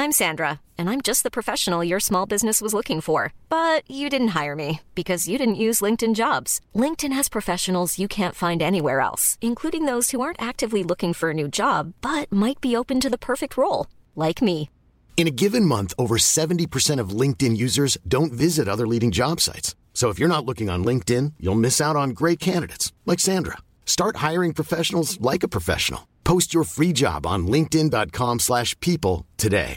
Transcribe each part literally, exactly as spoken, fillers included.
I'm Sandra, and I'm just the professional your small business was looking for. But you didn't hire me because you didn't use LinkedIn Jobs. LinkedIn has professionals you can't find anywhere else, including those who aren't actively looking for a new job, but might be open to the perfect role, like me. In a given month, over seventy percent of LinkedIn users don't visit other leading job sites. So if you're not looking on LinkedIn, you'll miss out on great candidates like Sandra. Start hiring professionals like a professional. Post your free job on linkedin.com slash people today.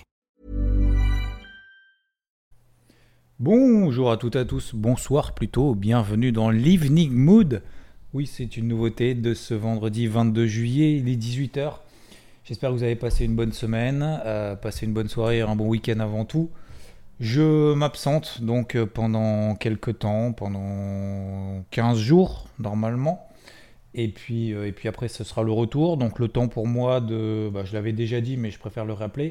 Bonjour à toutes et à tous, bonsoir plutôt, bienvenue dans l'Evening Mood. Oui, c'est une nouveauté de ce vendredi vingt-deux juillet, il est dix-huit heures. J'espère que vous avez passé une bonne semaine, euh, passé une bonne soirée, un bon week-end avant tout. Je m'absente donc pendant quelques temps, pendant quinze jours normalement. Et puis, euh, et puis après, ce sera le retour. Donc le temps pour moi de, bah, je l'avais déjà dit, mais je préfère le rappeler,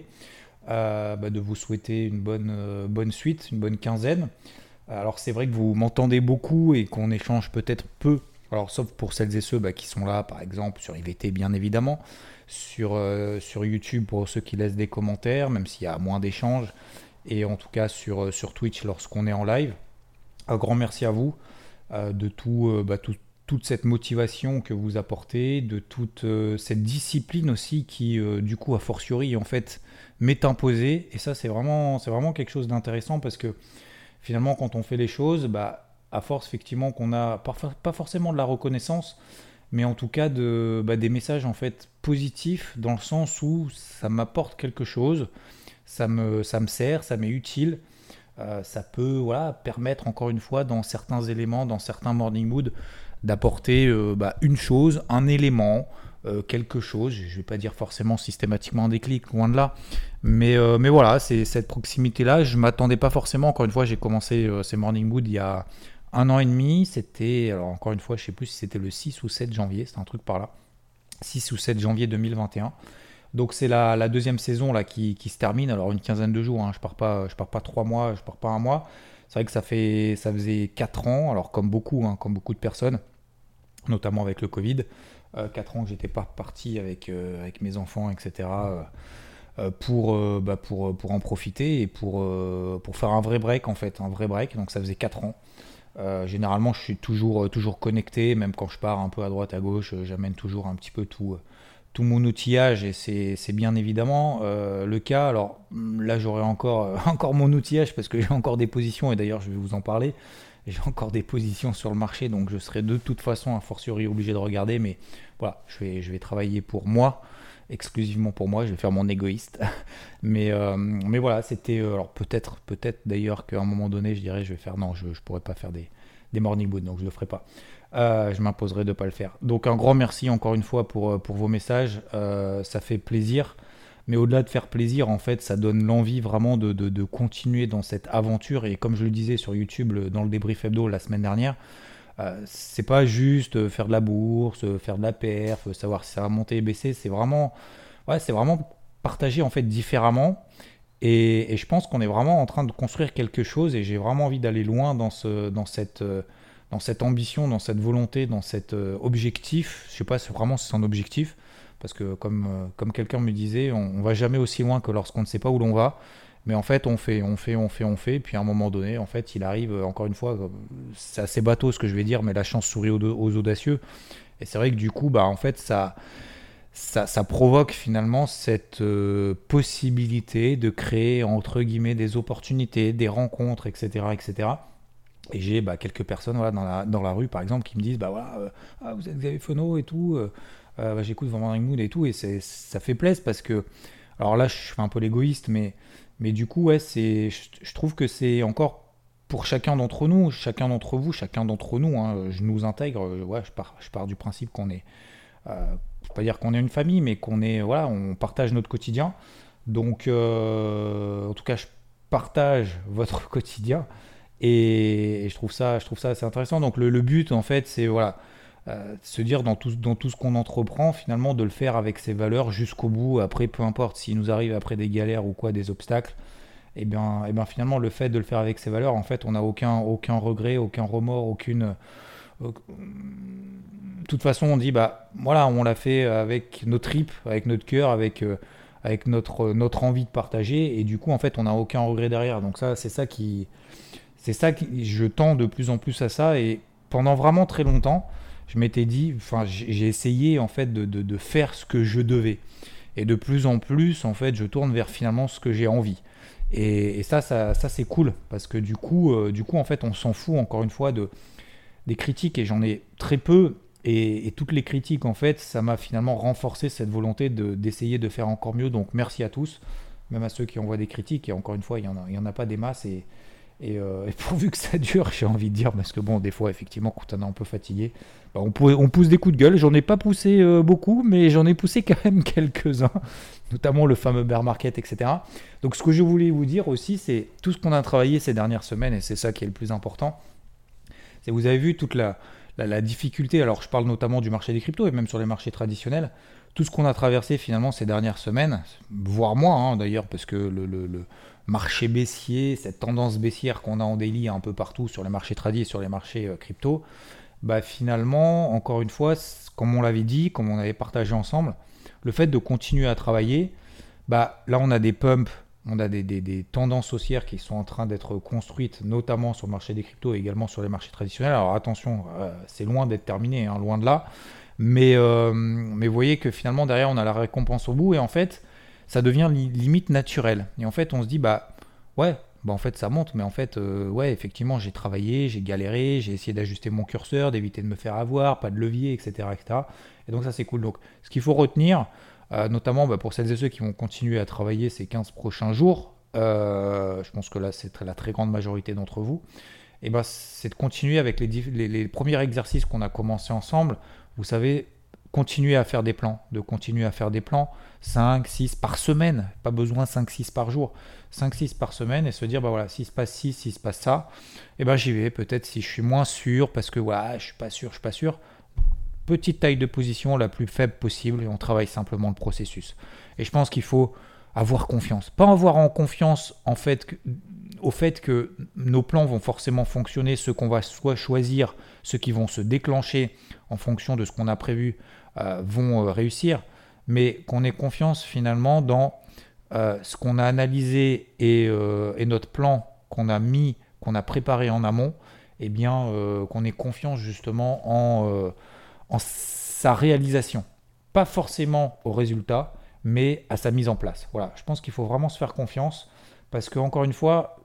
euh, bah, de vous souhaiter une bonne, euh, bonne suite, une bonne quinzaine. Alors c'est vrai que vous m'entendez beaucoup et qu'on échange peut-être peu. Alors sauf pour celles et ceux bah, qui sont là, par exemple, sur I V T bien évidemment. Sur, euh, sur YouTube pour ceux qui laissent des commentaires, même s'il y a moins d'échanges, et en tout cas sur, sur Twitch lorsqu'on est en live. Un grand merci à vous euh, de tout, euh, bah, tout, toute cette motivation que vous apportez, de toute euh, cette discipline aussi qui, euh, du coup, a fortiori, en fait, m'est imposée. Et ça, c'est vraiment, c'est vraiment quelque chose d'intéressant parce que finalement, quand on fait les choses, bah, à force, effectivement, qu'on a parfois, pas forcément de la reconnaissance, mais en tout cas de, bah, des messages en fait positifs dans le sens où ça m'apporte quelque chose, ça me, ça me sert, ça m'est utile, euh, ça peut voilà, permettre encore une fois dans certains éléments, dans certains morning mood, d'apporter euh, bah, une chose, un élément, euh, quelque chose, je ne vais pas dire forcément systématiquement un déclic, loin de là, mais, euh, mais voilà, c'est cette proximité-là, je ne m'attendais pas forcément, encore une fois j'ai commencé euh, ces morning mood il y a un an et demi, c'était, alors encore une fois, je ne sais plus si c'était le six ou sept janvier, c'était un truc par là, six ou sept janvier deux mille vingt et un. Donc c'est la, la deuxième saison là, qui, qui se termine, alors une quinzaine de jours, hein. je ne pars pas, je pars pas trois mois, je ne pars pas un mois. C'est vrai que ça, fait, ça faisait quatre ans, alors comme beaucoup, hein, comme beaucoup de personnes, notamment avec le Covid, euh, quatre ans que je n'étais pas parti avec, euh, avec mes enfants, et cetera, euh, pour, euh, bah, pour, pour en profiter et pour, euh, pour faire un vrai break en fait, un vrai break, donc ça faisait quatre ans. Euh, généralement, je suis toujours, toujours connecté, même quand je pars un peu à droite, à gauche, euh, j'amène toujours un petit peu tout, tout mon outillage et c'est, c'est bien évidemment euh, le cas. Alors là, j'aurai encore, euh, encore mon outillage parce que j'ai encore des positions et d'ailleurs, je vais vous en parler. J'ai encore des positions sur le marché, donc je serai de toute façon a fortiori obligé de regarder. Mais voilà, je vais, je vais travailler pour moi, exclusivement pour moi. Je vais faire mon égoïste. mais, euh, mais voilà, c'était euh, alors peut-être, peut-être d'ailleurs qu'à un moment donné, je dirais, je vais faire non, je, je pourrais pas faire des, des morning mood, donc je le ferai pas. Euh, je m'imposerai de pas le faire. Donc un grand merci encore une fois pour pour vos messages. Euh, ça fait plaisir. Mais au-delà de faire plaisir, en fait, ça donne l'envie vraiment de, de, de continuer dans cette aventure. Et comme je le disais sur YouTube, dans le débrief hebdo la semaine dernière, euh, c'est pas juste faire de la bourse, faire de la perf, savoir si ça va monter et baisser. C'est vraiment, ouais, c'est vraiment partager en fait différemment. Et, et je pense qu'on est vraiment en train de construire quelque chose. Et j'ai vraiment envie d'aller loin dans ce, dans cette, dans cette ambition, dans cette volonté, dans cet objectif. Je sais pas si vraiment c'est un objectif. Parce que comme, euh, comme quelqu'un me disait, on ne va jamais aussi loin que lorsqu'on ne sait pas où l'on va. Mais en fait, on fait, on fait, on fait, on fait. Puis à un moment donné, en fait, il arrive, euh, encore une fois, euh, c'est assez bateau ce que je vais dire, mais la chance sourit aux, aux audacieux. Et c'est vrai que du coup, bah, en fait, ça, ça, ça provoque finalement cette euh, possibilité de créer, entre guillemets, des opportunités, des rencontres, et cetera, et cetera. Et j'ai bah, quelques personnes voilà, dans, la, dans la rue, par exemple, qui me disent, bah voilà, euh, ah, vous êtes Xavier Fenot et tout. Euh, Euh, bah, j'écoute vraiment Morning Mood et tout et c'est, ça fait plaisir parce que alors là je fais un peu l'égoïste mais, mais du coup ouais, c'est, je, je trouve que c'est encore pour chacun d'entre nous, chacun d'entre vous, chacun d'entre nous, hein, je nous intègre, ouais, je, pars, je pars du principe qu'on est, euh, je peux pas dire qu'on est une famille mais qu'on est, voilà, on partage notre quotidien donc euh, en tout cas je partage votre quotidien et, et je, trouve ça, je trouve ça assez intéressant donc le, le but en fait c'est voilà Euh, se dire dans tout, dans tout ce qu'on entreprend, finalement, de le faire avec ses valeurs jusqu'au bout. Après, peu importe s'il nous arrive après des galères ou quoi, des obstacles, et eh bien, et bien finalement, le fait de le faire avec ses valeurs, en fait, on n'a aucun, aucun regret, aucun remords, aucune. Euh, de toute façon, on dit, bah voilà, on l'a fait avec nos tripes, avec notre cœur, avec, euh, avec notre, notre envie de partager, et du coup, en fait, on n'a aucun regret derrière. Donc ça, c'est ça qui... C'est ça qui... Je tends de plus en plus à ça, et pendant vraiment très longtemps, je m'étais dit... Enfin, j'ai essayé, en fait, de, de, de faire ce que je devais. Et de plus en plus, en fait, je tourne vers finalement ce que j'ai envie. Et, et ça, ça, ça, c'est cool, parce que du coup, euh, du coup, en fait, on s'en fout, encore une fois, de, des critiques, et j'en ai très peu. Et, et toutes les critiques, en fait, ça m'a finalement renforcé cette volonté de, d'essayer de faire encore mieux. Donc, merci à tous, même à ceux qui envoient des critiques. Et encore une fois, il n'y en, en a pas des masses. Et, et, euh, et pourvu que ça dure, j'ai envie de dire, parce que bon, des fois, effectivement, quand on est un peu fatigué, bah, on, pourrait, on pousse des coups de gueule. J'en ai pas poussé euh, beaucoup, mais j'en ai poussé quand même quelques-uns, notamment le fameux bear market, et cetera. Donc, ce que je voulais vous dire aussi, c'est tout ce qu'on a travaillé ces dernières semaines, et c'est ça qui est le plus important. C'est vous avez vu toute la... La, la difficulté, alors je parle notamment du marché des cryptos et même sur les marchés traditionnels, tout ce qu'on a traversé finalement ces dernières semaines, voire moi hein, d'ailleurs, parce que le, le, le marché baissier, cette tendance baissière qu'on a en daily un peu partout sur les marchés tradis et sur les marchés euh, crypto, bah finalement, encore une fois, comme on l'avait dit, comme on avait partagé ensemble, le fait de continuer à travailler, bah là on a des pumps, on a des, des, des tendances haussières qui sont en train d'être construites, notamment sur le marché des cryptos et également sur les marchés traditionnels. Alors attention, euh, c'est loin d'être terminé, hein, loin de là. Mais, euh, mais vous voyez que finalement, derrière, on a la récompense au bout. Et en fait, ça devient li- limite naturel. Et en fait, on se dit, bah ouais, bah en fait, ça monte. Mais en fait, euh, ouais, effectivement, j'ai travaillé, j'ai galéré, j'ai essayé d'ajuster mon curseur, d'éviter de me faire avoir, pas de levier, et cetera, et cetera. Et donc ça, c'est cool. Donc, ce qu'il faut retenir... Euh, notamment bah, pour celles et ceux qui vont continuer à travailler ces quinze prochains jours, euh, je pense que là c'est très, la très grande majorité d'entre vous, et bah, c'est de continuer avec les, les, les premiers exercices qu'on a commencé ensemble. Vous savez, continuer à faire des plans, de continuer à faire des plans, cinq, six par semaine, pas besoin cinq, six par jour, cinq, six par semaine, et se dire, bah voilà, s'il se passe ci, s'il se passe ça, et ben j'y vais, peut-être si je suis moins sûr, parce que voilà, je suis pas sûr, je suis pas sûr, petite taille de position la plus faible possible et on travaille simplement le processus. Et je pense qu'il faut avoir confiance. Pas avoir en confiance en fait, que, au fait que nos plans vont forcément fonctionner, ceux qu'on va soit choisir, ceux qui vont se déclencher en fonction de ce qu'on a prévu euh, vont euh, réussir, mais qu'on ait confiance finalement dans euh, ce qu'on a analysé et, euh, et notre plan qu'on a mis, qu'on a préparé en amont, et eh bien euh, qu'on ait confiance justement en... Euh, en sa réalisation, pas forcément au résultat, mais à sa mise en place. Voilà, je pense qu'il faut vraiment se faire confiance, parce que encore une fois,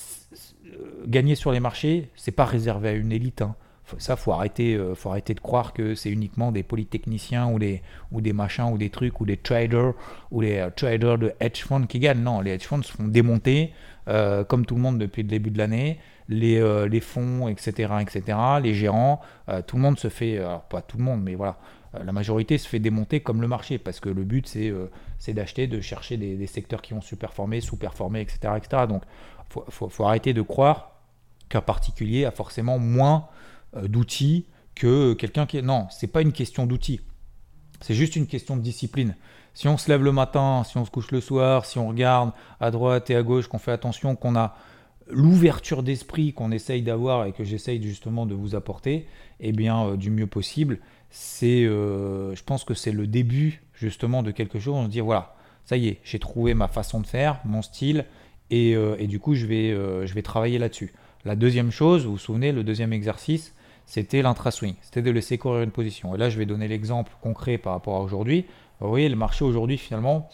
gagner sur les marchés, c'est pas réservé à une élite. Hein. Ça, faut arrêter, euh, faut arrêter de croire que c'est uniquement des polytechniciens ou des ou des machins ou des trucs ou des traders ou les uh, traders de hedge funds qui gagnent. Non, les hedge funds se font démonter euh, comme tout le monde depuis le début de l'année. Les euh, les fonds, et cetera, et cetera. Les gérants, euh, tout le monde se fait, alors pas tout le monde, mais voilà, euh, la majorité se fait démonter comme le marché, parce que le but c'est euh, c'est d'acheter, de chercher des, des secteurs qui vont sous-performer, sous-performer, et cetera, et cetera. Donc faut, faut faut arrêter de croire qu'un particulier a forcément moins d'outils que quelqu'un qui... Non, c'est pas une question d'outils. C'est juste une question de discipline. Si on se lève le matin, si on se couche le soir, si on regarde à droite et à gauche, qu'on fait attention, qu'on a l'ouverture d'esprit qu'on essaye d'avoir et que j'essaye justement de vous apporter, eh bien, euh, du mieux possible, c'est, euh, je pense que c'est le début justement de quelque chose. On se dit, voilà, ça y est, j'ai trouvé ma façon de faire, mon style, et, euh, et du coup, je vais, euh, je vais travailler là-dessus. La deuxième chose, vous vous souvenez, le deuxième exercice, c'était l'intra-swing, c'était de laisser courir une position. Et là, je vais donner l'exemple concret par rapport à aujourd'hui. Vous voyez, le marché aujourd'hui, finalement,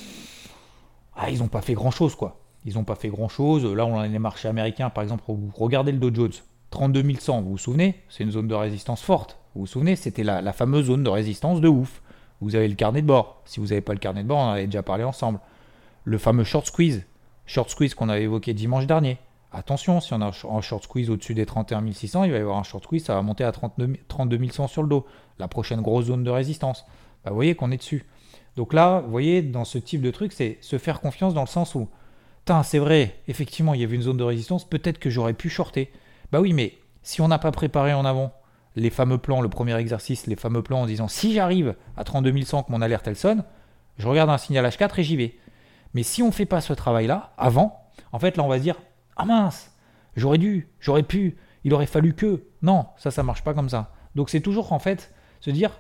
ah, ils n'ont pas fait grand-chose, quoi. Ils n'ont pas fait grand-chose. Là, on a les marchés américains, par exemple, regardez le Dow Jones, trente-deux mille cent, vous vous souvenez? C'est une zone de résistance forte. Vous vous souvenez? C'était la, la fameuse zone de résistance de ouf. Vous avez le carnet de bord. Si vous n'avez pas le carnet de bord, on en avait déjà parlé ensemble. Le fameux short squeeze. Short squeeze qu'on avait évoqué dimanche dernier. Attention, si on a un short squeeze au-dessus des trente et un mille six cents, il va y avoir un short squeeze, ça va monter à trente-deux mille cent sur le dos. La prochaine grosse zone de résistance. Bah, vous voyez qu'on est dessus. Donc là, vous voyez, dans ce type de truc, c'est se faire confiance dans le sens où, c'est vrai, effectivement, il y avait une zone de résistance, peut-être que j'aurais pu shorter. Bah oui, mais si on n'a pas préparé en avant les fameux plans, le premier exercice, les fameux plans en disant, si j'arrive à trente-deux mille cent que mon alerte elle sonne, je regarde un signal H quatre et j'y vais. Mais si on ne fait pas ce travail-là, avant, en fait, là, on va se dire, ah mince, j'aurais dû, j'aurais pu, il aurait fallu que. Non, ça, ça marche pas comme ça. Donc c'est toujours en fait se dire,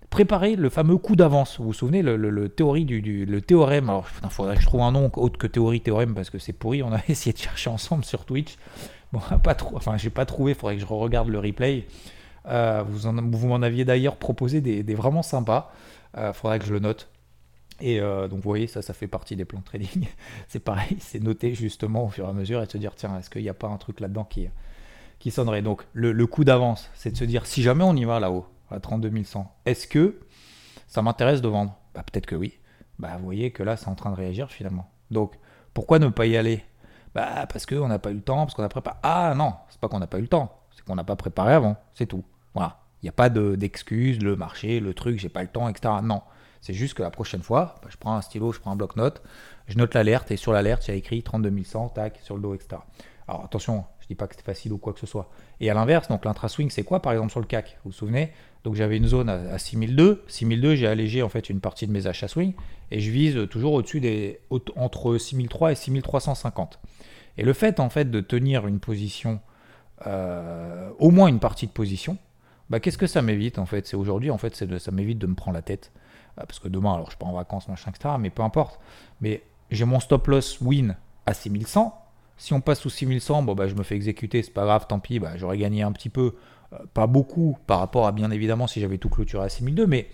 préparer le fameux coup d'avance. Vous vous souvenez, le, le, le, théorie du, du, le théorème. Alors, il faudrait que je trouve un nom autre que théorie, théorème, parce que c'est pourri. On a essayé de chercher ensemble sur Twitch. Bon, pas trop, enfin, j'ai pas trouvé. Il faudrait que je regarde le replay. Euh, vous, en, vous m'en aviez d'ailleurs proposé des, des vraiment sympas. Il euh, faudrait que je le note. Et euh, donc, vous voyez, ça, ça fait partie des plans de trading. C'est pareil, c'est noter justement au fur et à mesure et de se dire, tiens, est-ce qu'il n'y a pas un truc là-dedans qui, qui sonnerait. Donc, le, le coup d'avance, c'est de se dire, si jamais on y va là-haut, à trente-deux mille cent, est-ce que ça m'intéresse de vendre? Bah, peut-être que oui. Bah, vous voyez que là, c'est en train de réagir finalement. Donc, pourquoi ne pas y aller? Bah, parce qu'on n'a pas eu le temps, parce qu'on a préparé. Ah non, c'est pas qu'on n'a pas eu le temps, c'est qu'on n'a pas préparé avant, c'est tout. Voilà. Il n'y a pas de, d'excuses, le marché, le truc, j'ai pas le temps, et cetera. Non. C'est juste que la prochaine fois, bah, je prends un stylo, je prends un bloc-notes, je note l'alerte et sur l'alerte, il y a écrit trente-deux mille cent, tac, sur le dos, et cetera. Alors attention, je ne dis pas que c'est facile ou quoi que ce soit. Et à l'inverse, donc l'intra-swing, c'est quoi par exemple sur le C A C? Vous vous souvenez? Donc j'avais une zone à, à six mille deux. six mille deux, j'ai allégé en fait une partie de mes achats swing et je vise toujours au-dessus des au, entre six mille trois et six mille trois cent cinquante. Et le fait en fait de tenir une position, euh, au moins une partie de position, bah, qu'est-ce que ça m'évite en fait? C'est aujourd'hui en fait, c'est de, ça m'évite de me prendre la tête. Parce que demain, alors je pars en vacances, machin, et cetera. Mais peu importe. Mais j'ai mon stop loss win à six mille cent. Si on passe sous six mille cent, bon, bah, je me fais exécuter, c'est pas grave, tant pis, bah, j'aurais gagné un petit peu, euh, pas beaucoup par rapport à bien évidemment si j'avais tout clôturé à six mille deux, mais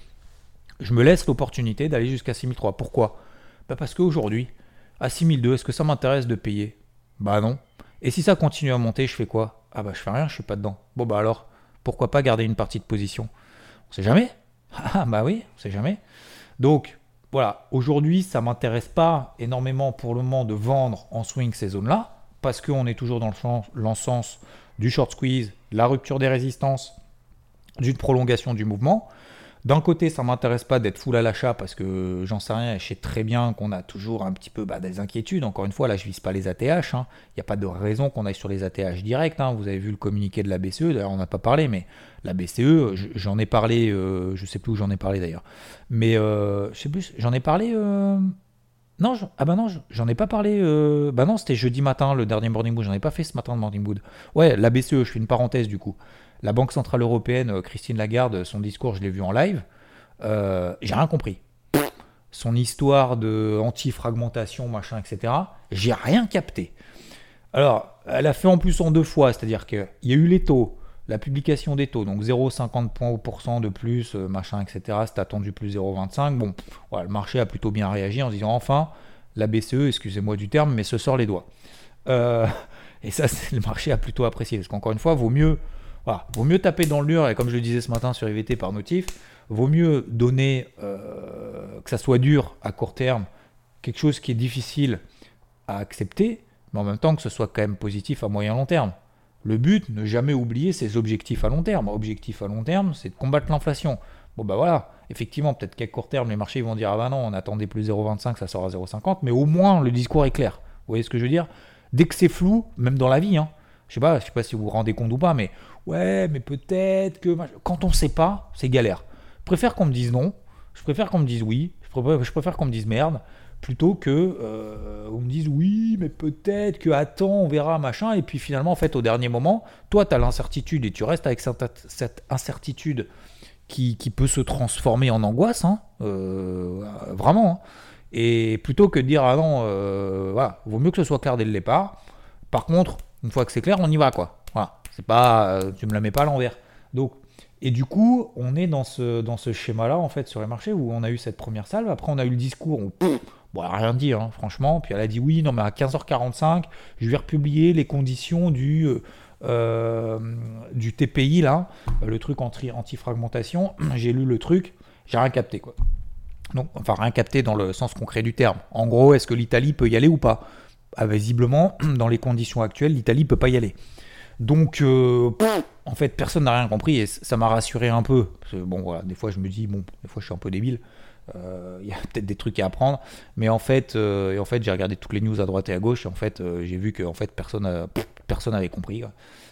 je me laisse l'opportunité d'aller jusqu'à six mille trois. Pourquoi? Bah, parce qu'aujourd'hui, à six mille deux, est-ce que ça m'intéresse de payer? Bah non. Et si ça continue à monter, je fais quoi? Ah bah je fais rien, je suis pas dedans. Bon bah alors, pourquoi pas garder une partie de position? On sait jamais. Ah bah oui, on sait jamais. Donc voilà, aujourd'hui ça ne m'intéresse pas énormément pour le moment de vendre en swing ces zones-là, parce qu'on est toujours dans le sens, l'encens du short squeeze, la rupture des résistances, d'une prolongation du mouvement. D'un côté, ça ne m'intéresse pas d'être full à l'achat parce que j'en sais rien et je sais très bien qu'on a toujours un petit peu bah, des inquiétudes. Encore une fois, là, je ne vise pas les A T H. Il hein. n'y a pas de raison qu'on aille sur les A T H direct. Hein. Vous avez vu le communiqué de la B C E. D'ailleurs, on n'a pas parlé, mais la B C E, j'en ai parlé, euh, je ne sais plus où j'en ai parlé d'ailleurs. Mais euh, je sais plus, j'en ai parlé... Euh... Non, je... ah bah non, j'en ai pas parlé. Euh... Bah non, c'était jeudi matin, le dernier Morning Mood. J'en ai pas fait ce matin de Morning Mood. Ouais, la B C E, je fais une parenthèse du coup. La Banque Centrale Européenne, Christine Lagarde, son discours, je l'ai vu en live. Euh, j'ai rien compris. Son histoire de anti-fragmentation, machin, et cetera. J'ai rien capté. Alors, elle a fait en plus en deux fois, c'est-à-dire qu'il y a eu les taux, la publication des taux, donc zéro virgule cinquante pour cent de plus, machin, et cetera. C'est attendu plus zéro virgule vingt-cinq. Bon, voilà, le marché a plutôt bien réagi en se disant enfin, la B C E, excusez-moi du terme, mais se sort les doigts. Euh, et ça, c'est, le marché a plutôt apprécié, parce qu'encore une fois, vaut mieux, voilà, vaut mieux taper dans le mur, et comme je le disais ce matin sur I V T par notif, vaut mieux donner, euh, que ça soit dur à court terme, quelque chose qui est difficile à accepter, mais en même temps que ce soit quand même positif à moyen long terme. Le but, ne jamais oublier ses objectifs à long terme. Objectif à long terme, c'est de combattre l'inflation. Bon ben voilà, effectivement, peut-être qu'à court terme, les marchés vont dire « Ah ben non, on attendait plus zéro virgule vingt-cinq, ça sort à zéro virgule cinquante », mais au moins, le discours est clair. Vous voyez ce que je veux dire? Dès que c'est flou, même dans la vie, hein, je sais pas, je sais pas si vous vous rendez compte ou pas, mais ouais, mais peut-être que... Quand on ne sait pas, c'est galère. Je préfère qu'on me dise non, je préfère qu'on me dise oui, je préfère, je préfère qu'on me dise merde, plutôt que euh, on me dise oui, mais peut-être que attends, on verra, machin, et puis finalement, en fait, au dernier moment, toi, tu as l'incertitude et tu restes avec cette, cette incertitude qui, qui peut se transformer en angoisse, hein, euh, vraiment, hein, et plutôt que de dire ah non, euh, voilà, vaut mieux que ce soit clair dès le départ. Par contre, une fois que c'est clair, on y va, quoi. Voilà, c'est pas, euh, tu me la mets pas à l'envers. Donc Et du coup, on est dans ce, dans ce schéma-là, en fait, sur les marchés, où on a eu cette première salve. Après, on a eu le discours, où, pff, bon, elle n'a rien dit, hein, franchement. Puis elle a dit, oui, non, mais à quinze heures quarante-cinq, je vais republier les conditions du, euh, du T P I, là, le truc anti, anti-fragmentation. J'ai lu le truc, j'ai rien capté, quoi. Donc, enfin, rien capté dans le sens concret du terme. En gros, est-ce que l'Italie peut y aller ou pas? Ah, visiblement, dans les conditions actuelles, l'Italie ne peut pas y aller. Donc, euh, pff, en fait, personne n'a rien compris et ça m'a rassuré un peu. Parce que, bon, voilà, des fois, je me dis, bon, des fois, je suis un peu débile. Il euh, y a peut-être des trucs à apprendre. Mais en fait, euh, et en fait j'ai regardé toutes les news à droite et à gauche et en fait, euh, j'ai vu que en fait, personne a, pff, personne n'avait compris.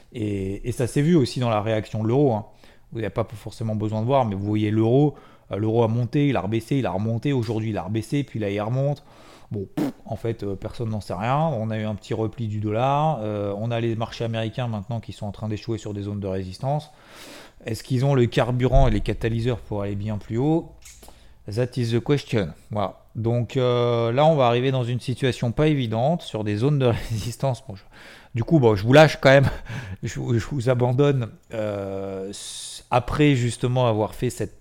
Et, et ça s'est vu aussi dans la réaction de l'euro. Hein. Vous n'avez pas forcément besoin de voir, mais vous voyez l'euro. Euh, l'euro a monté, il a rebaissé, il a remonté. Aujourd'hui, il a rebaissé, puis là, il remonte. Bon, pff, en fait, euh, personne n'en sait rien. On a eu un petit repli du dollar. Euh, on a les marchés américains maintenant qui sont en train d'échouer sur des zones de résistance. Est-ce qu'ils ont le carburant et les catalyseurs pour aller bien plus haut? That is the question. Voilà. Donc euh, là, on va arriver dans une situation pas évidente sur des zones de résistance. Bon, je, du coup, bon, je vous lâche quand même. je, je vous abandonne euh, après justement avoir fait cette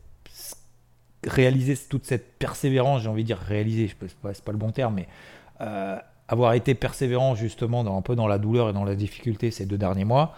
réaliser toute cette persévérance. J'ai envie de dire réaliser. C'est pas, c'est pas le bon terme, mais euh, avoir été persévérant justement dans, un peu dans la douleur et dans la difficulté ces deux derniers mois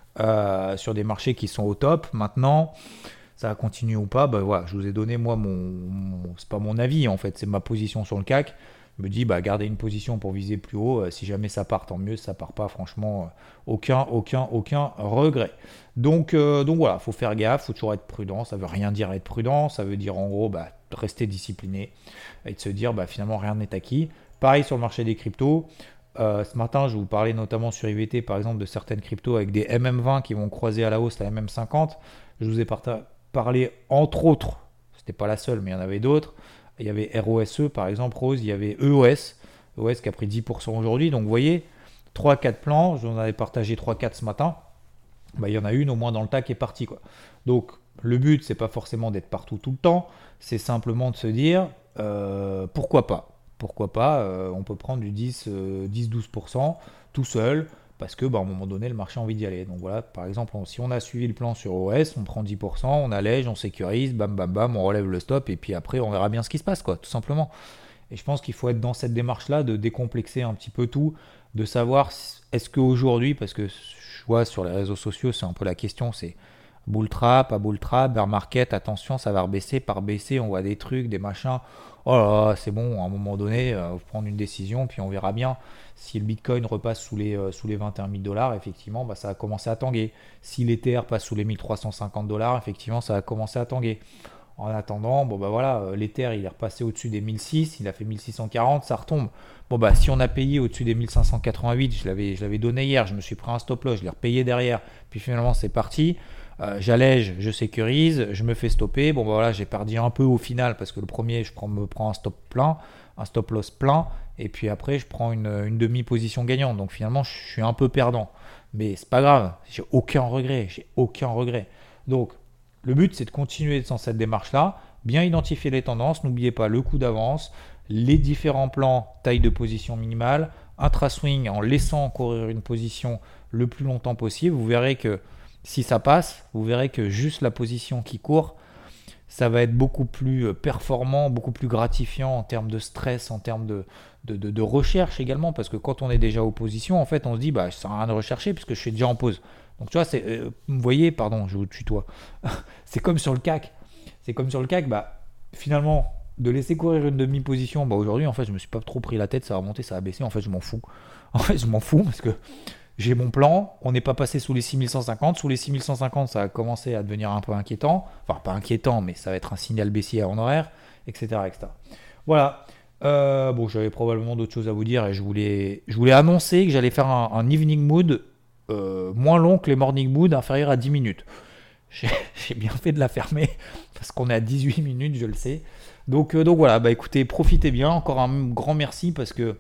euh, sur des marchés qui sont au top. Maintenant. Ça va continuer ou pas, bah voilà, je vous ai donné moi mon, mon c'est pas mon avis en fait, c'est ma position sur le C A C. Je me dis bah gardez une position pour viser plus haut, euh, si jamais ça part tant mieux, si ça part pas franchement euh, aucun aucun aucun regret. Donc euh, donc voilà, faut faire gaffe, faut toujours être prudent, ça veut rien dire être prudent, ça veut dire en gros bah rester discipliné et de se dire bah finalement rien n'est acquis. Pareil sur le marché des cryptos. Euh, ce matin, je vous parlais notamment sur I V T par exemple de certaines cryptos avec des M M vingt qui vont croiser à la hausse la M M cinquante. Je vous ai partagé parler entre autres, c'était pas la seule mais il y en avait d'autres, il y avait R O S E par exemple, Rose, il y avait E O S, E O S qui a pris dix pour cent aujourd'hui, donc vous voyez, trois quatre plans, j'en avais partagé trois quatre ce matin, bah, il y en a une au moins dans le tas qui est partie quoi. Donc le but c'est pas forcément d'être partout tout le temps, c'est simplement de se dire euh, pourquoi pas, pourquoi pas, euh, on peut prendre du dix douze pour cent tout seul, parce que bah, à un moment donné le marché a envie d'y aller. Donc voilà, par exemple, on, si on a suivi le plan sur O S, on prend dix pour cent, on allège, on sécurise, bam bam bam, on relève le stop et puis après on verra bien ce qui se passe quoi, tout simplement. Et je pense qu'il faut être dans cette démarche là de décomplexer un petit peu tout, de savoir est-ce qu'aujourd'hui, parce que je vois sur les réseaux sociaux c'est un peu la question, c'est bull trap, pas bull trap, bear market, attention ça va rebaisser, par baisser, on voit des trucs, des machins, oh là là c'est bon, à un moment donné, il euh, faut prendre une décision puis on verra bien. Si le Bitcoin repasse sous les, euh, sous les vingt et un mille dollars, effectivement, bah, ça va commencer à tanguer. Si l'Ether passe sous les mille trois cent cinquante dollars, effectivement, ça va commencer à tanguer. En attendant, bon bah voilà, euh, l'Ether, il est repassé au-dessus des mille six, il a fait mille six cent quarante, ça retombe. Bon bah si on a payé au-dessus des mille cinq cent quatre-vingt-huit, je l'avais, je l'avais donné hier, je me suis pris un stop loss, je l'ai repayé derrière, puis finalement c'est parti. Euh, j'allège, je sécurise, je me fais stopper. Bon bah voilà, j'ai perdu un peu au final parce que le premier, je prends, me prends un stop plein, un stop loss plein. Et puis après, je prends une, une demi-position gagnante. Donc finalement, je suis un peu perdant. Mais c'est pas grave. J'ai aucun regret. J'ai aucun regret. Donc, le but, c'est de continuer dans cette démarche-là. Bien identifier les tendances. N'oubliez pas le coup d'avance, les différents plans, taille de position minimale, intra-swing en laissant courir une position le plus longtemps possible. Vous verrez que si ça passe, vous verrez que juste la position qui court, ça va être beaucoup plus performant, beaucoup plus gratifiant en termes de stress, en termes de, de, de, de recherche également, parce que quand on est déjà en position, en fait, on se dit, bah, ça sert à rien de rechercher puisque je suis déjà en pause. Donc, tu vois, c'est, euh, vous voyez, pardon, je vous tutoie, c'est comme sur le C A C. C'est comme sur le C A C, bah, finalement, de laisser courir une demi-position, bah, aujourd'hui, en fait, je me suis pas trop pris la tête, ça va monter, ça va baisser, en fait, je m'en fous. En fait, je m'en fous parce que j'ai mon plan, on n'est pas passé sous les six mille cent cinquante. Sous les six mille cent cinquante, ça a commencé à devenir un peu inquiétant. Enfin, pas inquiétant, mais ça va être un signal baissier en horaire, et cetera et cetera. Voilà. Euh, bon, j'avais probablement d'autres choses à vous dire et je voulais, je voulais annoncer que j'allais faire un, un evening mood euh, moins long que les morning mood, inférieur à dix minutes. J'ai, j'ai bien fait de la fermer parce qu'on est à dix-huit minutes, je le sais. Donc, euh, donc voilà, bah écoutez, profitez bien. Encore un grand merci parce que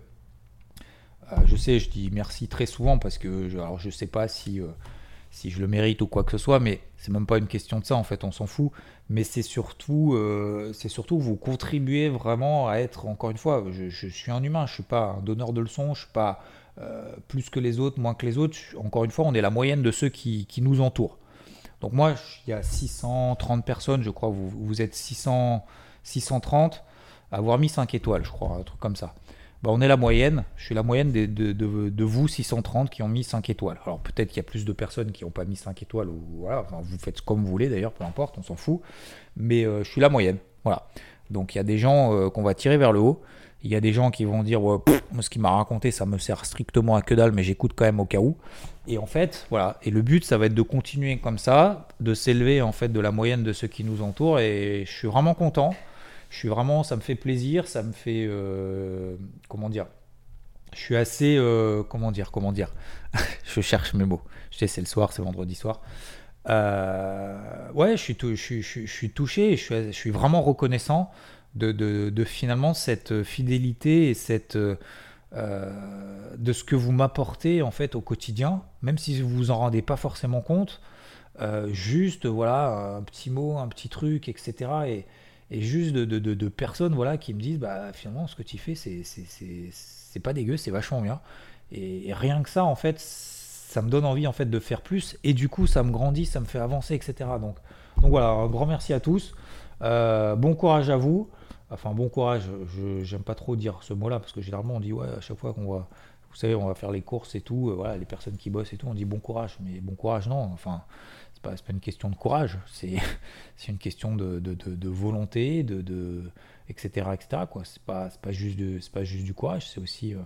Euh, je sais, je dis merci très souvent parce que je, alors je sais pas si, euh, si je le mérite ou quoi que ce soit, mais c'est même pas une question de ça en fait, on s'en fout. Mais c'est surtout, euh, c'est surtout vous contribuez vraiment à être, encore une fois, je, je suis un humain, je suis pas un donneur de leçons, je suis pas euh, plus que les autres, moins que les autres. Encore une fois, on est la moyenne de ceux qui, qui nous entourent. Donc moi, il y a six cent trente personnes, je crois, vous, vous êtes six cents, six cent trente, à avoir mis cinq étoiles, je crois, un truc comme ça. Bah, on est la moyenne, je suis la moyenne de, de, de, de vous six cent trente qui ont mis cinq étoiles. Alors peut-être qu'il y a plus de personnes qui n'ont pas mis cinq étoiles, ou voilà, enfin, vous faites comme vous voulez d'ailleurs, peu importe, on s'en fout. Mais euh, je suis la moyenne, voilà. Donc il y a des gens euh, qu'on va tirer vers le haut, il y a des gens qui vont dire ouais, pff, ce qu'il m'a raconté ça me sert strictement à que dalle, mais j'écoute quand même au cas où. Et en fait, voilà, et le but ça va être de continuer comme ça, de s'élever en fait de la moyenne de ceux qui nous entourent, et je suis vraiment content. Je suis vraiment, ça me fait plaisir, ça me fait, euh, comment dire, je suis assez, euh, comment dire, comment dire, je cherche mes mots, je sais c'est le soir, c'est vendredi soir, euh, ouais, je suis, tou- je, suis, je, suis, je suis touché, et je suis, je suis vraiment reconnaissant de, de, de finalement cette fidélité et cette, euh, de ce que vous m'apportez en fait au quotidien, même si vous vous en rendez pas forcément compte. euh, juste voilà un petit mot, un petit truc, et cetera. Et, et juste de, de, de, de personnes voilà qui me disent bah finalement ce que tu fais c'est c'est, c'est, c'est pas dégueu, c'est vachement bien. Et, et rien que ça en fait ça me donne envie en fait de faire plus et du coup ça me grandit, ça me fait avancer, et cetera. Donc donc voilà, un grand merci à tous. Euh, bon courage à vous. Enfin bon courage, je j'aime pas trop dire ce mot-là parce que généralement on dit ouais à chaque fois qu'on va vous savez on va faire les courses et tout, euh, voilà les personnes qui bossent et tout on dit bon courage, mais bon courage non, enfin c'est pas, c'est pas une question de courage, c'est c'est une question de, de, de, de volonté, de, de etc etc quoi. C'est pas c'est pas juste de, c'est pas juste du courage, c'est aussi euh,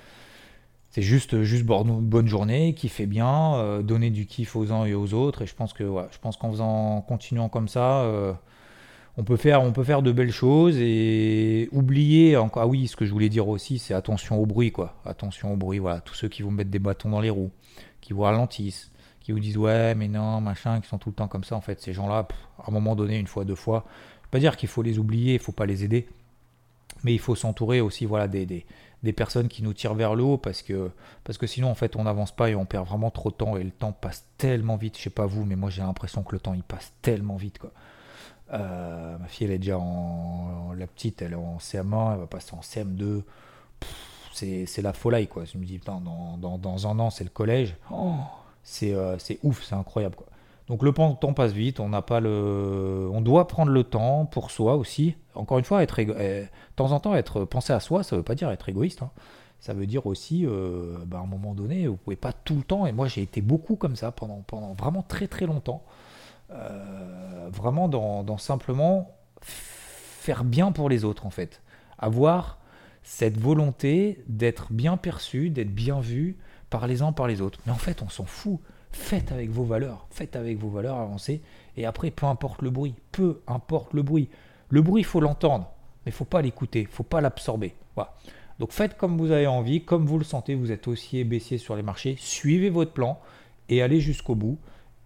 c'est juste juste bonne, bonne journée, kiffer bien, euh, donner du kiff aux uns et aux autres et je pense que ouais, je pense qu'en faisant en continuant comme ça euh, on peut faire, on peut faire de belles choses et oublier encore. Ah oui, ce que je voulais dire aussi, c'est attention au bruit, quoi. Attention au bruit, voilà. Tous ceux qui vont mettre des bâtons dans les roues, qui vous ralentissent, qui vous disent ouais, mais non, machin, qui sont tout le temps comme ça. En fait, ces gens-là, pff, à un moment donné, une fois, deux fois, je veux pas dire qu'il faut les oublier, il faut pas les aider, mais il faut s'entourer aussi, voilà, des, des, des personnes qui nous tirent vers le haut parce que, parce que sinon, en fait, on n'avance pas et on perd vraiment trop de temps et le temps passe tellement vite. Je sais pas vous, mais moi, j'ai l'impression que le temps il passe tellement vite, quoi. Euh, ma fille elle est déjà en, la petite elle est en C M un, elle va passer en C M deux. Pff, c'est, c'est la folie quoi. Je me dis putain dans, dans, dans un an c'est le collège. Oh, c'est, euh, c'est ouf, c'est incroyable quoi. Donc le temps passe vite, on n'a pas le, on doit prendre le temps pour soi aussi. Encore une fois, être égo... eh, de temps en temps être penser à soi, ça veut pas dire être égoïste. Hein. Ça veut dire aussi, euh, bah, à un moment donné, vous pouvez pas tout le temps. Et moi j'ai été beaucoup comme ça pendant pendant vraiment très très longtemps. Euh, vraiment dans, dans simplement faire bien pour les autres en fait, avoir cette volonté d'être bien perçu, d'être bien vu par les uns par les autres, mais en fait on s'en fout, faites avec vos valeurs, faites avec vos valeurs, avancez et après peu importe le bruit, peu importe le bruit, le bruit il faut l'entendre mais il faut pas l'écouter, faut pas l'absorber, voilà. Donc faites comme vous avez envie, comme vous le sentez, vous êtes haussier, baissier sur les marchés, suivez votre plan et allez jusqu'au bout.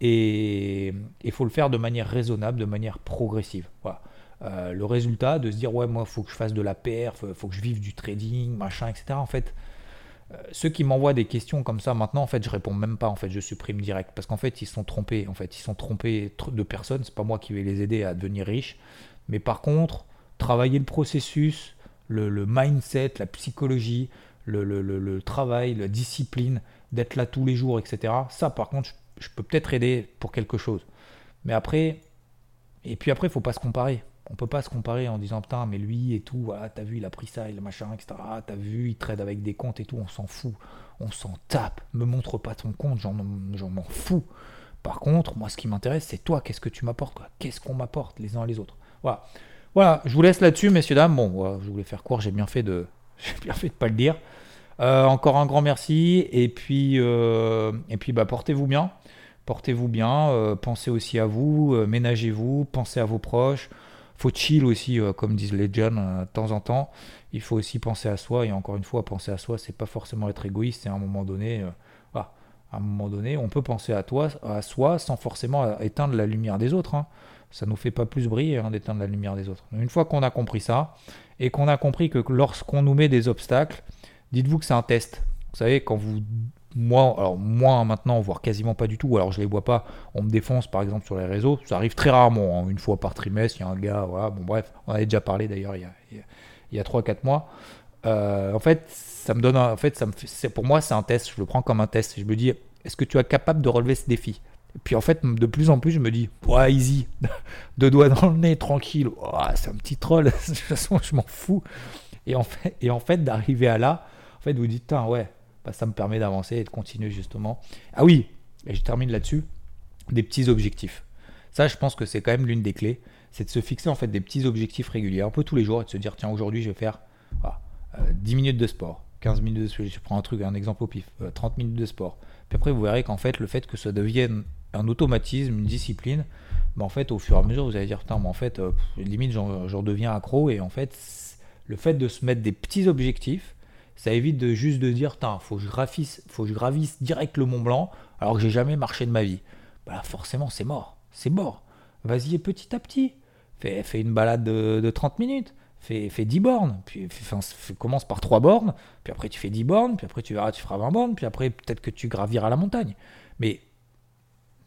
Et il faut le faire de manière raisonnable, de manière progressive. Voilà. Euh, le résultat de se dire ouais moi il faut que je fasse de la perf, il faut que je vive du trading, machin, et cetera. En fait, euh, ceux qui m'envoient des questions comme ça maintenant, en fait, je réponds même pas. En fait, je supprime direct parce qu'en fait, ils sont trompés. En fait, ils sont trompés de personnes. C'est pas moi qui vais les aider à devenir riches. Mais par contre, travailler le processus, le, le mindset, la psychologie, le, le, le, le travail, la discipline, d'être là tous les jours, et cetera. Ça, par contre, je je peux peut-être aider pour quelque chose. Mais après, et puis après, il ne faut pas se comparer. On ne peut pas se comparer en disant putain, mais lui et tout, voilà, t'as vu, il a pris ça, il a machin, et cetera. T'as vu, il trade avec des comptes et tout, on s'en fout. On s'en tape. Me montre pas ton compte, j'en, j'en m'en fous. Par contre, moi, ce qui m'intéresse, c'est toi, qu'est-ce que tu m'apportes, quoi. Qu'est-ce qu'on m'apporte les uns et les autres. Voilà. Voilà, je vous laisse là-dessus, messieurs, dames. Bon, voilà, je voulais faire court, j'ai bien fait de j'ai bien fait de pas le dire. Euh, encore un grand merci et puis, euh, et puis bah, portez-vous bien, portez-vous bien, euh, pensez aussi à vous, euh, ménagez-vous, pensez à vos proches, faut chill aussi euh, comme disent les jeunes euh, de temps en temps, il faut aussi penser à soi et encore une fois penser à soi c'est pas forcément être égoïste, c'est à un moment donné, euh, voilà, à un moment donné on peut penser à toi, à soi sans forcément éteindre la lumière des autres, hein. Ça nous fait pas plus briller hein, d'éteindre la lumière des autres. Une fois qu'on a compris ça et qu'on a compris que lorsqu'on nous met des obstacles, dites-vous que c'est un test. Vous savez, quand vous... Moi, alors moi maintenant, voire quasiment pas du tout, alors je les vois pas, on me défonce par exemple sur les réseaux, ça arrive très rarement, hein, une fois par trimestre, il y a un gars, voilà, bon bref, on avait déjà parlé d'ailleurs il y a, il y a trois quatre mois. Euh, en fait, ça me donne, un, en fait, ça me fait, c'est, pour moi c'est un test, je le prends comme un test, je me dis, est-ce que tu es capable de relever ce défi ? Et puis en fait, de plus en plus, je me dis, ouais, easy, deux doigts dans le nez, tranquille, oh, c'est un petit troll, de toute façon, je m'en fous. Et en fait, et en fait d'arriver à là, en fait, vous dites, putain, ouais, bah, ça me permet d'avancer et de continuer justement. Ah oui, et je termine là-dessus, des petits objectifs. Ça, je pense que c'est quand même l'une des clés, c'est de se fixer en fait des petits objectifs réguliers, un peu tous les jours, et de se dire, tiens, aujourd'hui, je vais faire voilà, euh, dix minutes de sport, quinze minutes de sport, je prends un truc, un exemple au pif, euh, trente minutes de sport. Puis après, vous verrez qu'en fait, le fait que ça devienne un automatisme, une discipline, bah, en fait, au fur et à mesure, vous allez dire, putain, mais en fait, euh, limite, j'en, j'en deviens accro, et en fait, le fait de se mettre des petits objectifs, ça évite de juste de dire, putain, faut que je gravisse, faut que je gravisse direct le Mont Blanc, alors que j'ai jamais marché de ma vie. Bah là, forcément, c'est mort, c'est mort. Vas-y petit à petit, fais, fais une balade de, de trente minutes, fais, fais dix bornes, puis fais, fais, commence par trois bornes, puis après tu fais dix bornes, puis après tu verras, tu feras vingt bornes, puis après peut-être que tu graviras la montagne. Mais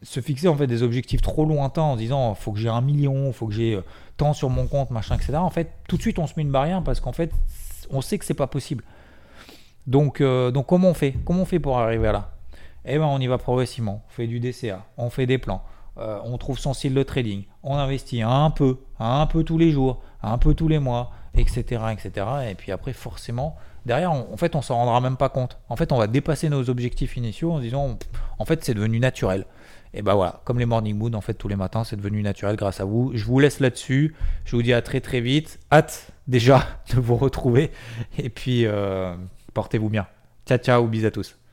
se fixer en fait des objectifs trop lointains en se disant faut que j'ai un million, faut que j'ai tant sur mon compte, machin, et cetera. En fait, tout de suite on se met une barrière parce qu'en fait, on sait que c'est pas possible. Donc, euh, donc comment on fait Comment on fait pour arriver à là Eh ben, on y va progressivement. On fait du D C A, on fait des plans, euh, on trouve son style de trading, on investit un peu, un peu tous les jours, un peu tous les mois, et cetera, et cetera. Et puis après, forcément, derrière, on, en fait, on s'en rendra même pas compte. En fait, on va dépasser nos objectifs initiaux en se disant, en fait, c'est devenu naturel. Et ben voilà, comme les morning mood, en fait, tous les matins, c'est devenu naturel grâce à vous. Je vous laisse là-dessus. Je vous dis à très très vite. Hâte déjà de vous retrouver. Et puis, euh, portez-vous bien. Ciao, ciao, bisous à tous.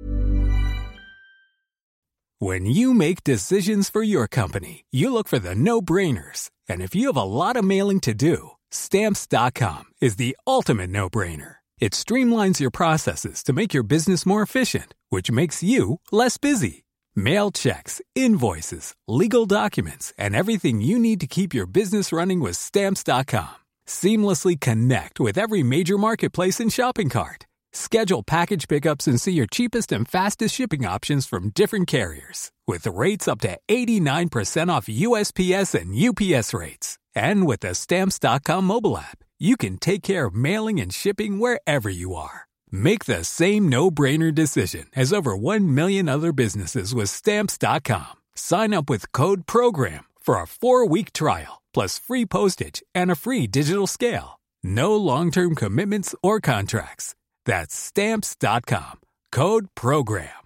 When you make decisions for your company, you look for the no-brainers. And if you have a lot of mailing to do, Stamps dot com is the ultimate no-brainer. It streamlines your processes to make your business more efficient, which makes you less busy. Mail checks, invoices, legal documents, and everything you need to keep your business running with Stamps dot com. Seamlessly connect with every major marketplace and shopping cart. Schedule package pickups and see your cheapest and fastest shipping options from different carriers. With rates up to eighty-nine percent off U S P S and U P S rates. And with the Stamps dot com mobile app, you can take care of mailing and shipping wherever you are. Make the same no-brainer decision as over one million other businesses with Stamps dot com. Sign up with code PROGRAM for a four-week trial, plus free postage and a free digital scale. No long-term commitments or contracts. That's Stamps dot com. Code PROGRAM.